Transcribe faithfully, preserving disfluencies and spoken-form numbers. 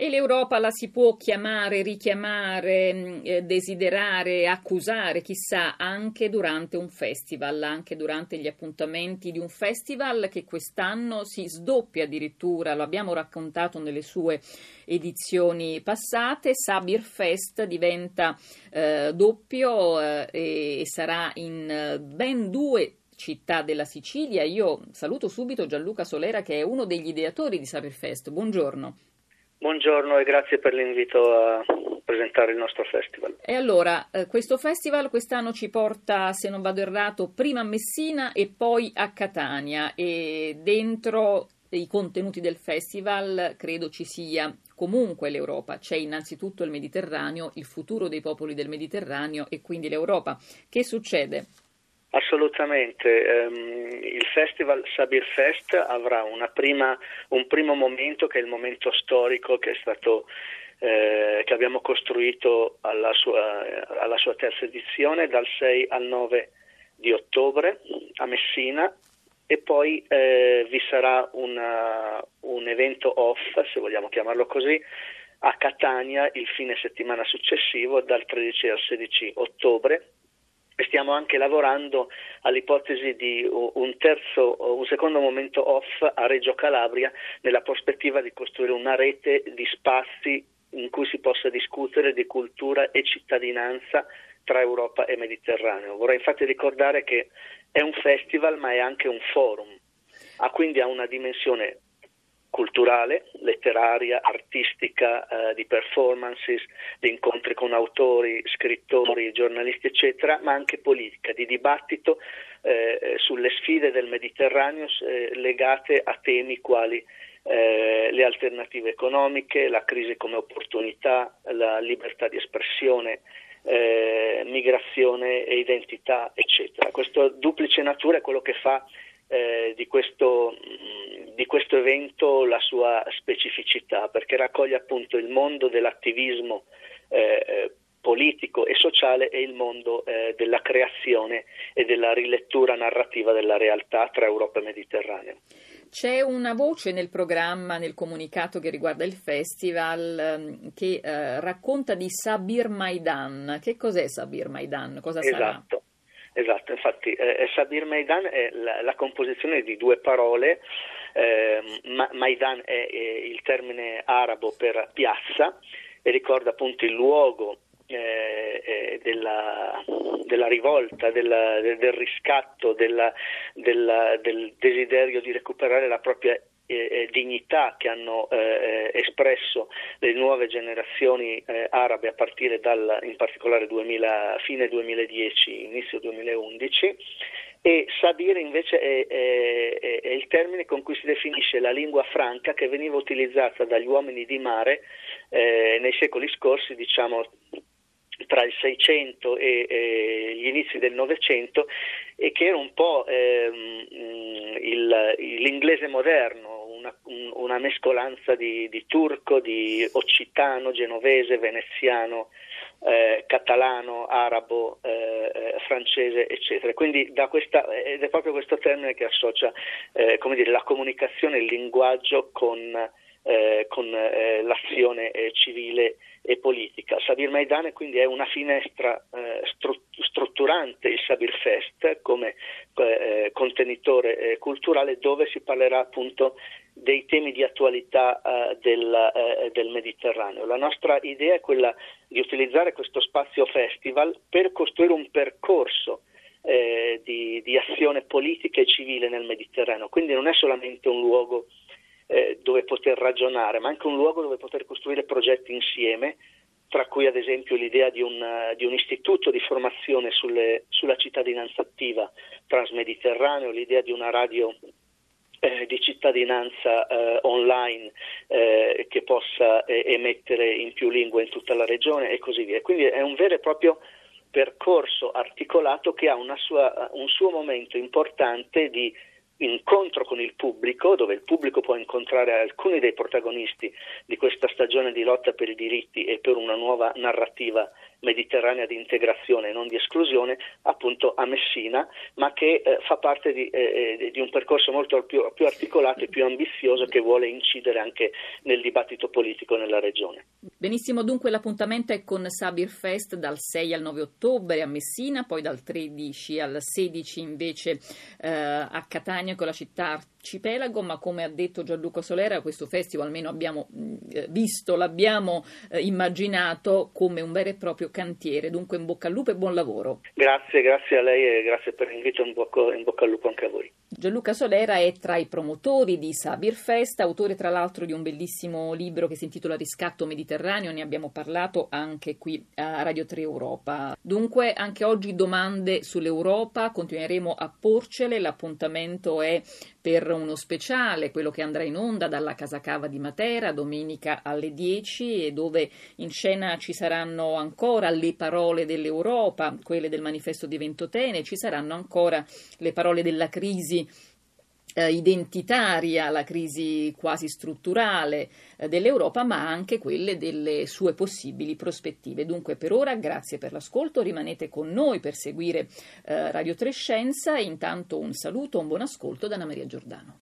E l'Europa la si può chiamare, richiamare, eh, desiderare, accusare, chissà, anche durante un festival, anche durante gli appuntamenti di un festival che quest'anno si sdoppia addirittura, lo abbiamo raccontato nelle sue edizioni passate. Sabir Fest diventa eh, doppio eh, e, e sarà in eh, ben due città della Sicilia. Io saluto subito Gianluca Solera, che è uno degli ideatori di Sabir Fest. Buongiorno. Buongiorno e grazie per l'invito a presentare il nostro festival. E allora, eh, questo festival quest'anno ci porta, se non vado errato, prima a Messina e poi a Catania, e dentro i contenuti del festival credo ci sia comunque l'Europa. C'è innanzitutto il Mediterraneo, il futuro dei popoli del Mediterraneo e quindi l'Europa. Che succede? Assolutamente, um, il festival Sabir Fest avrà una prima, un primo momento che è il momento storico che è stato eh, che abbiamo costruito alla sua, alla sua terza edizione dal sei al nove di ottobre a Messina, e poi eh, vi sarà una, un evento off, se vogliamo chiamarlo così, a Catania il fine settimana successivo dal tredici al sedici ottobre. Stiamo anche lavorando all'ipotesi di un terzo, un secondo momento off a Reggio Calabria, nella prospettiva di costruire una rete di spazi in cui si possa discutere di cultura e cittadinanza tra Europa e Mediterraneo. Vorrei infatti ricordare che è un festival ma è anche un forum, ha quindi ha una dimensione culturale, letteraria, artistica, eh, di performances, di incontri con autori, scrittori, giornalisti eccetera, ma anche politica, di dibattito eh, sulle sfide del Mediterraneo eh, legate a temi quali eh, le alternative economiche, la crisi come opportunità, la libertà di espressione, eh, migrazione e identità eccetera. Questa duplice natura è quello che fa Eh, di questo di questo evento la sua specificità, perché raccoglie appunto il mondo dell'attivismo eh, politico e sociale e il mondo eh, della creazione e della rilettura narrativa della realtà tra Europa e Mediterraneo. C'è una voce nel programma, nel comunicato che riguarda il festival, che eh, racconta di Sabir Maidan. Che cos'è Sabir Maidan? Cosa esatto. sarà? Esatto, infatti eh, Sabir Maidan è la, la composizione di due parole. eh, Ma, Maidan è, è il termine arabo per piazza e ricorda appunto il luogo eh, eh, della, della rivolta, della, del, del riscatto, della, della, del desiderio di recuperare la propria Eh, dignità che hanno eh, espresso le nuove generazioni eh, arabe a partire dal, in particolare duemila, fine duemiladieci, inizio duemilaundici. E Sabir invece è, è, è il termine con cui si definisce la lingua franca che veniva utilizzata dagli uomini di mare eh, nei secoli scorsi, diciamo tra il Seicento e, e gli inizi del Novecento, e che era un po' ehm, il, l'inglese moderno, una, una mescolanza di, di turco, di occitano, genovese, veneziano, eh, catalano, arabo, eh, francese, eccetera. Quindi da questa, ed è proprio questo termine che associa eh, come dire, la comunicazione, il linguaggio con Eh, con eh, l'azione eh, civile e politica. Sabir Maidan quindi è una finestra eh, stru- strutturante il Sabir Fest come eh, contenitore eh, culturale, dove si parlerà appunto dei temi di attualità eh, del, eh, del Mediterraneo. La nostra idea è quella di utilizzare questo spazio festival per costruire un percorso eh, di, di azione politica e civile nel Mediterraneo, quindi non è solamente un luogo Eh, dove poter ragionare, ma anche un luogo dove poter costruire progetti insieme, tra cui ad esempio l'idea di un, uh, di un istituto di formazione sulle, sulla cittadinanza attiva transmediterraneo, l'idea di una radio eh, di cittadinanza eh, online eh, che possa eh, emettere in più lingue in tutta la regione e così via. Quindi è un vero e proprio percorso articolato che ha una sua, un suo momento importante di incontro con il pubblico, dove il pubblico può incontrare alcuni dei protagonisti di questa stagione di lotta per i diritti e per una nuova narrativa mediterranea di integrazione e non di esclusione, appunto a Messina, ma che eh, fa parte di, eh, di un percorso molto più, più articolato e più ambizioso, che vuole incidere anche nel dibattito politico nella regione. Benissimo, dunque l'appuntamento è con Sabir Fest dal sei al nove ottobre a Messina, poi dal tredici al sedici invece eh, a Catania con la città arcipelago, ma come ha detto Gianluca Solera, questo festival almeno abbiamo eh, visto, l'abbiamo eh, immaginato come un vero e proprio cantiere. Dunque in bocca al lupo e buon lavoro. Grazie, grazie a lei e grazie per l'invito, in bocca, in bocca al lupo anche a voi. Gianluca Solera è tra i promotori di Sabir Fest, autore tra l'altro di un bellissimo libro che si intitola Riscatto Mediterraneo, ne abbiamo parlato anche qui a Radio tre Europa. Dunque anche oggi domande sull'Europa, continueremo a porcele, l'appuntamento è per uno speciale, quello che andrà in onda dalla Casa Cava di Matera domenica alle dieci, e dove in scena ci saranno ancora le parole dell'Europa, quelle del manifesto di Ventotene, ci saranno ancora le parole della crisi eh, identitaria, la crisi quasi strutturale eh, dell'Europa, ma anche quelle delle sue possibili prospettive. Dunque per ora grazie per l'ascolto, rimanete con noi per seguire eh, Radio tre Scienza, intanto un saluto, un buon ascolto da Anna Maria Giordano.